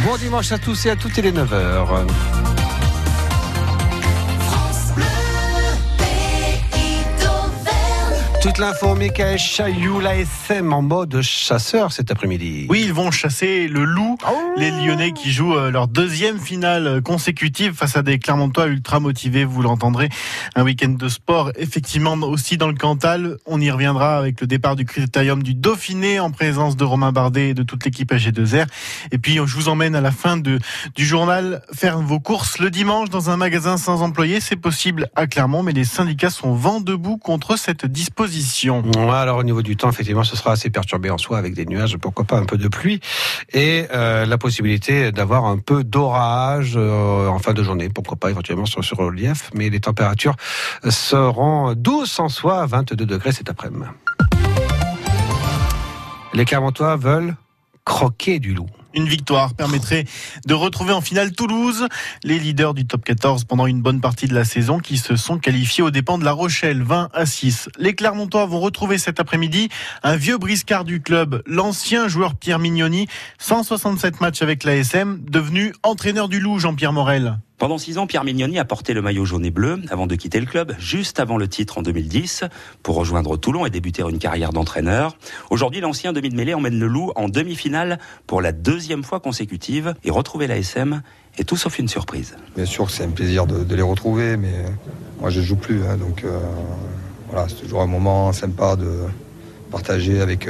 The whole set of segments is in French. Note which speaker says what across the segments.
Speaker 1: Bon dimanche à tous et à toutes, il est 9h. Toute l'info, Mickaël Chailloux, l'ASM en mode chasseur cet après-midi.
Speaker 2: Oui, ils vont chasser le loup. Les Lyonnais qui jouent leur deuxième finale consécutive face à des Clermontois ultra motivés, vous l'entendrez. Un week-end de sport, effectivement, aussi dans le Cantal. On y reviendra avec le départ du Critérium du Dauphiné en présence de Romain Bardet et de toute l'équipe AG2R. Et puis, je vous emmène à la fin du journal faire vos courses le dimanche dans un magasin sans employés. C'est possible à Clermont, mais les syndicats sont vent debout contre cette disposition.
Speaker 1: Alors au niveau du temps, effectivement, ce sera assez perturbé en soi avec des nuages, pourquoi pas un peu de pluie et la possibilité d'avoir un peu d'orage en fin de journée, pourquoi pas éventuellement sur le relief, mais les températures seront douces en soi, 22 degrés cet après-midi. Les Clermontois veulent croquer du loup.
Speaker 2: Une victoire permettrait de retrouver en finale Toulouse, les leaders du top 14 pendant une bonne partie de la saison qui se sont qualifiés aux dépens de La Rochelle, 20-6. Les Clermontois vont retrouver cet après-midi un vieux briscard du club, l'ancien joueur Pierre Mignoni, 167 matchs avec l'ASM, devenu entraîneur du Loup, Jean-Pierre Morel.
Speaker 3: Pendant 6 ans, Pierre Mignoni a porté le maillot jaune et bleu avant de quitter le club, juste avant le titre en 2010, pour rejoindre Toulon et débuter une carrière d'entraîneur. Aujourd'hui, l'ancien demi de mêlée emmène le Loup en demi-finale pour la deuxième fois consécutive et retrouver l'ASM est tout sauf une surprise.
Speaker 4: Bien sûr que c'est un plaisir de les retrouver, mais moi je ne joue plus, donc voilà, c'est toujours un moment sympa de partager avec.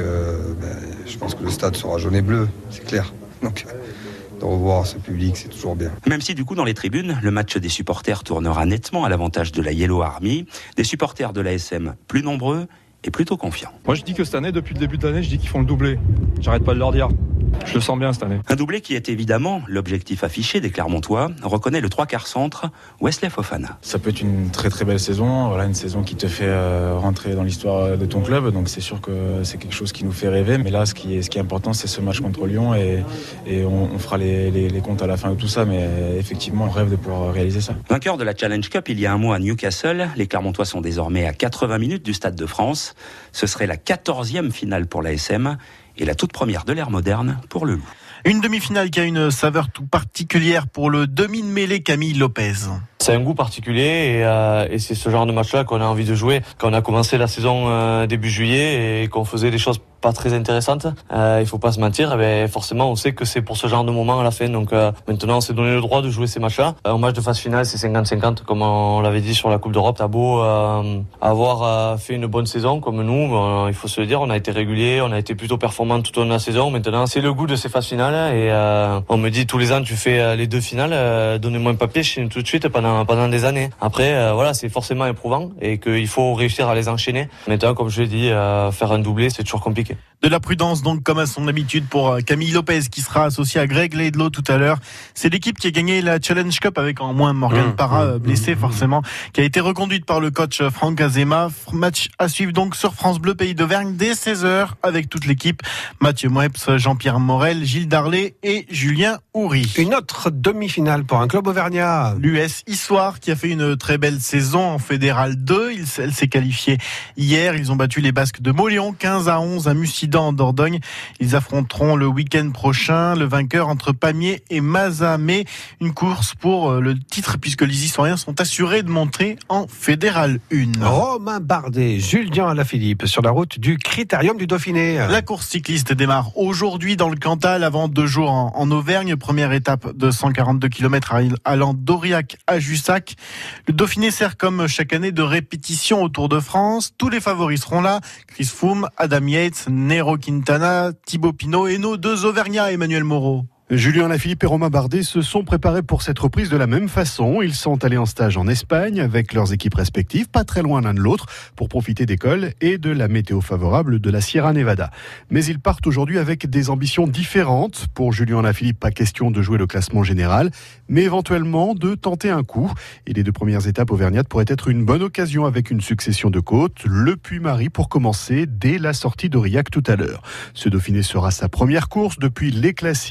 Speaker 4: Je pense que le stade sera jaune et bleu, c'est clair. Donc, de revoir ce public, c'est toujours bien.
Speaker 3: Même si du coup dans les tribunes, le match des supporters tournera nettement à l'avantage de la Yellow Army, des supporters de l'ASM plus nombreux et plutôt confiants.
Speaker 5: Moi je dis que cette année, depuis le début de l'année, je dis qu'ils font le doublé. J'arrête pas de leur dire. Je le sens bien cette année.
Speaker 3: Un doublé qui est évidemment l'objectif affiché des Clermontois, reconnaît le 3/4 centre Wesley Fofana.
Speaker 6: Ça peut être une très très belle saison, voilà, une saison qui te fait rentrer dans l'histoire de ton club, donc c'est sûr que c'est quelque chose qui nous fait rêver. Mais là, ce qui est important, c'est ce match contre Lyon et on fera les comptes à la fin de tout ça, mais effectivement, on rêve de pouvoir réaliser ça.
Speaker 3: Vainqueur de la Challenge Cup il y a un mois à Newcastle, les Clermontois sont désormais à 80 minutes du Stade de France. Ce serait la 14e finale pour l'ASM et la toute première de l'ère moderne pour le Loup.
Speaker 2: Une demi-finale qui a une saveur tout particulière pour le demi de mêlée Camille Lopez.
Speaker 7: C'est un goût particulier et c'est ce genre de match-là qu'on a envie de jouer. Quand on a commencé la saison début juillet et qu'on faisait des choses pas très intéressantes, il faut pas se mentir, forcément on sait que c'est pour ce genre de moment à la fin. Donc maintenant on s'est donné le droit de jouer ces matchs-là. Un match de phase finale c'est 50-50 comme on l'avait dit sur la Coupe d'Europe. T'as beau avoir fait une bonne saison comme nous, il faut se le dire, on a été régulier, on a été plutôt performant tout au long de la saison. Maintenant c'est le goût de ces phases finales et on me dit tous les ans tu fais les deux finales, donnez-moi un papier, je signe tout de suite pendant des années. Après, voilà, c'est forcément éprouvant et qu'il faut réussir à les enchaîner. Maintenant, comme je l'ai dit, faire un doublé, c'est toujours compliqué.
Speaker 2: De la prudence, donc, comme à son habitude pour Camille Lopez, qui sera associé à Greg Laidlaw tout à l'heure. C'est l'équipe qui a gagné la Challenge Cup avec en moins Morgan Parra, blessé forcément, qui a été reconduite par le coach Franck Azema. Match à suivre donc sur France Bleu Pays d'Auvergne dès 16h avec toute l'équipe. Mathieu Moeps, Jean-Pierre Morel, Gilles Darlet et Julien Houry.
Speaker 1: Une autre demi-finale pour un club auvergnat.
Speaker 2: L'US Issoire qui a fait une très belle saison en Fédéral 2. Elle s'est qualifiée hier. Ils ont battu les Basques de Mauléon 15-11 à Mussidan en Dordogne. Ils affronteront le week-end prochain le vainqueur entre Pamiers et Mazamet. Une course pour le titre puisque les Issoiriens sont assurés de monter en Fédéral 1.
Speaker 1: Romain Bardet, Julien Alaphilippe sur la route du Critérium du Dauphiné.
Speaker 2: La course cycliste démarre aujourd'hui dans le Cantal avant 2 jours en Auvergne. Première étape de 142 km allant d'Aurillac à Jussac. Le Dauphiné sert comme chaque année de répétition au Tour de France. Tous les favoris seront là. Chris Froome, Adam Yates, Nairo Quintana, Thibaut Pinot et nos 2 Auvergnats, Emmanuel Moreau.
Speaker 8: Julien Alaphilippe et Romain Bardet se sont préparés pour cette reprise de la même façon. Ils sont allés en stage en Espagne avec leurs équipes respectives, pas très loin l'un de l'autre, pour profiter des cols et de la météo favorable de la Sierra Nevada. Mais ils partent aujourd'hui avec des ambitions différentes. Pour Julien Alaphilippe, pas question de jouer le classement général, mais éventuellement de tenter un coup. Et les 2 premières étapes auvergnates pourraient être une bonne occasion avec une succession de côtes. Le Puy-Marie pour commencer dès la sortie d'Aurillac tout à l'heure. Ce Dauphiné sera sa première course depuis les classiques du mois d'avril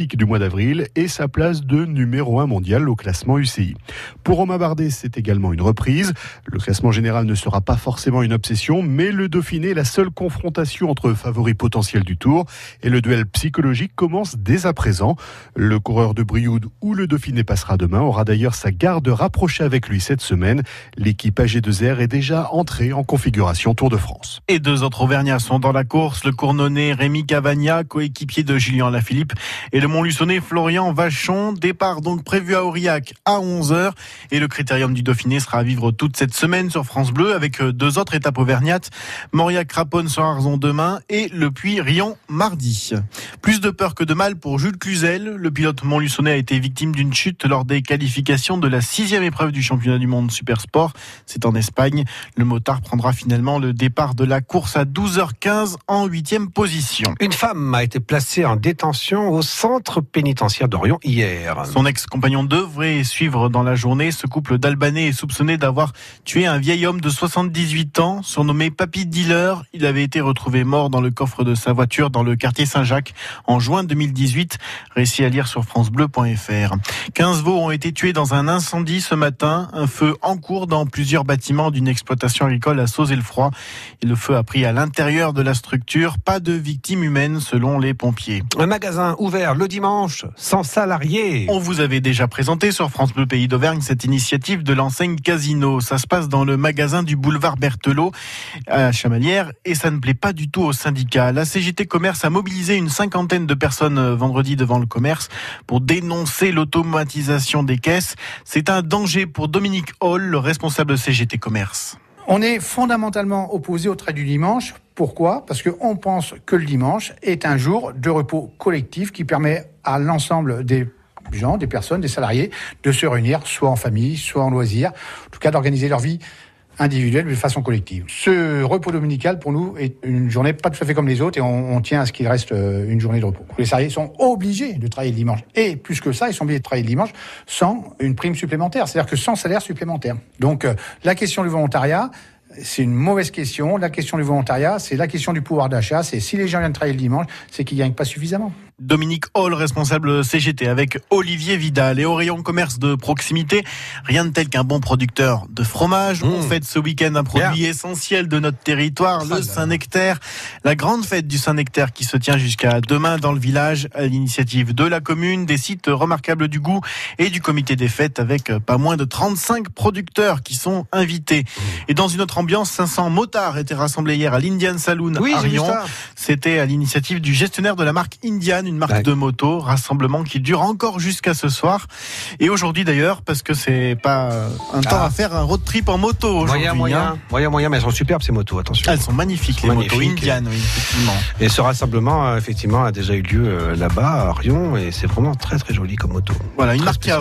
Speaker 8: d'avril et sa place de numéro 1 mondial au classement UCI. Pour Romain Bardet, c'est également une reprise. Le classement général ne sera pas forcément une obsession, mais le Dauphiné est la seule confrontation entre favoris potentiels du Tour et le duel psychologique commence dès à présent. Le coureur de Brioude, où le Dauphiné passera demain, aura d'ailleurs sa garde rapprochée avec lui cette semaine. L'équipe AG2R est déjà entrée en configuration Tour de France.
Speaker 2: Et 2 autres Auvergnats sont dans la course. Le Cournonnais Rémi Cavagna, coéquipier de Julien Alaphilippe, et le Montluçonnais Florian Vachon. Départ donc prévu à Aurillac à 11h. Et le Critérium du Dauphiné sera à vivre toute cette semaine sur France Bleu avec 2 autres étapes auvergnates. Mauriac-Craponne sur Arzon demain et le Puy-Rion mardi. Plus de peur que de mal pour Jules Cluzel. Le pilote montluçonnais a été victime d'une chute lors des qualifications de la 6e épreuve du championnat du monde Super Sport. C'est en Espagne. Le motard prendra finalement le départ de la course à 12h15 en 8e position.
Speaker 1: Une femme a été placée en détention au centre pénitentiaire d'Orion hier.
Speaker 2: Son ex-compagnon devrait suivre dans la journée. Ce couple d'Albanais est soupçonné d'avoir tué un vieil homme de 78 ans, surnommé Papy Dealer. Il avait été retrouvé mort dans le coffre de sa voiture dans le quartier Saint-Jacques en juin 2018. Récit à lire sur francebleu.fr. 15 veaux ont été tués dans un incendie ce matin. Un feu en cours dans plusieurs bâtiments d'une exploitation agricole à Sauzé-le-Froid. Et le feu a pris à l'intérieur de la structure. Pas de victimes humaines selon les pompiers.
Speaker 1: Un magasin ouvert le dimanche, sans salariés.
Speaker 2: On vous avait déjà présenté sur France Bleu Pays d'Auvergne cette initiative de l'enseigne Casino. Ça se passe dans le magasin du boulevard Berthelot à Chamalières et ça ne plaît pas du tout aux syndicats. La CGT Commerce a mobilisé une 50aine de personnes vendredi devant le commerce pour dénoncer l'automatisation des caisses. C'est un danger pour Dominique Hall, le responsable de CGT Commerce.
Speaker 9: On est fondamentalement opposé au travail du dimanche. Pourquoi ? Parce qu'on pense que le dimanche est un jour de repos collectif qui permet à l'ensemble des gens, des personnes, des salariés, de se réunir, soit en famille, soit en loisir, en tout cas d'organiser leur vie individuelle de façon collective. Ce repos dominical, pour nous, est une journée pas tout à fait comme les autres et on tient à ce qu'il reste une journée de repos. Les salariés sont obligés de travailler le dimanche. Et plus que ça, ils sont obligés de travailler le dimanche sans une prime supplémentaire, c'est-à-dire que sans salaire supplémentaire. Donc, la question du volontariat, c'est une mauvaise question. La question du volontariat, c'est la question du pouvoir d'achat. C'est si les gens viennent travailler le dimanche, c'est qu'ils ne gagnent pas suffisamment.
Speaker 2: Dominique Hall, responsable CGT, avec Olivier Vidal. Et au rayon commerce de proximité, rien de tel qu'un bon producteur de fromage. On fête ce week-end un produit essentiel de notre territoire, le Saint-Nectaire. La grande fête du Saint-Nectaire qui se tient jusqu'à demain dans le village, à l'initiative de la commune, des sites remarquables du goût et du comité des fêtes, avec pas moins de 35 producteurs qui sont invités. Et dans une autre ambiance, 500 motards étaient rassemblés hier à l'Indian Saloon à Rion. C'était à l'initiative du gestionnaire de la marque Indian, une marque de moto, rassemblement qui dure encore jusqu'à ce soir. Et aujourd'hui d'ailleurs, parce que c'est pas un temps à faire un road trip en moto aujourd'hui.
Speaker 1: Moyen, mais elles sont superbes ces motos, attention.
Speaker 2: Elles sont magnifiques, les motos Indian, oui, effectivement.
Speaker 1: Et ce rassemblement, effectivement, a déjà eu lieu là-bas, à Rion, et c'est vraiment très très joli comme moto.
Speaker 2: Voilà, une marque qui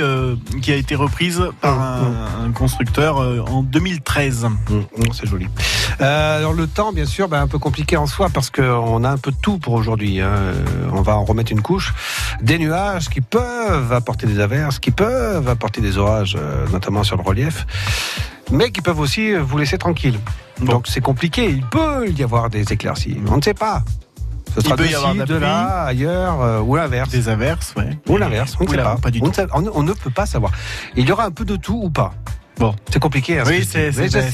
Speaker 2: a été reprise par un constructeur en 2013.
Speaker 1: C'est joli. Alors le temps, bien sûr, un peu compliqué en soi, parce qu'on a un peu de tout pour aujourd'hui. On va en remettre une couche. Des nuages qui peuvent apporter des averses, qui peuvent apporter des orages, notamment sur le relief, mais qui peuvent aussi vous laisser tranquille. Donc c'est compliqué. Il peut y avoir des éclaircies. On ne sait pas. Ce sera de là, ailleurs, ou l'inverse.
Speaker 2: Des averses, ouais.
Speaker 1: Ou l'inverse, on ne sait pas.
Speaker 2: Pas du tout.
Speaker 1: On ne peut pas savoir. Il y aura un peu de tout ou pas. Bon, c'est compliqué.
Speaker 2: Oui, c'est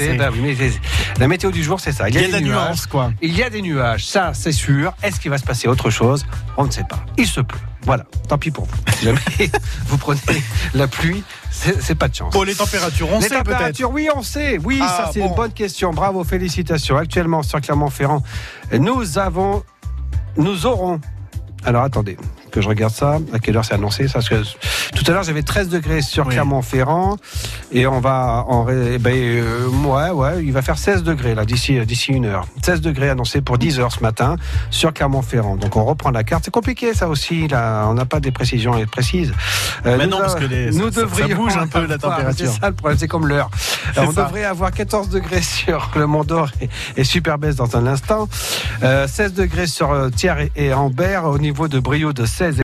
Speaker 1: la météo du jour, c'est ça. Il y a des
Speaker 2: nuances, quoi.
Speaker 1: Il y a des nuages, ça, c'est sûr. Est-ce qu'il va se passer autre chose ? On ne sait pas. Il se peut. Voilà. Tant pis pour vous. Si jamais vous prenez la pluie, c'est pas de chance.
Speaker 2: Bon, les températures, on sait peut-être. Les températures,
Speaker 1: oui, on sait. Oui, ça, c'est une bonne question. Bravo, félicitations. Actuellement, sur Clermont-Ferrand, nous aurons. Alors, attendez, que je regarde ça. À quelle heure c'est annoncé ça ? Parce que tout à l'heure, j'avais 13 degrés sur Clermont-Ferrand. Et on va il va faire 16 degrés là, d'ici une heure. 16 degrés annoncés pour 10 heures ce matin sur Clermont-Ferrand. Donc, on reprend la carte. C'est compliqué, ça aussi. Là, on n'a pas des précisions précises.
Speaker 2: Mais non, parce que ça bouge un peu la température.
Speaker 1: C'est ça le problème, c'est comme l'heure. On devrait avoir 14 degrés sur le Mont d'Or et Superbès dans un instant. 16 degrés sur Thiers et Ambert, au niveau de Brioude, 16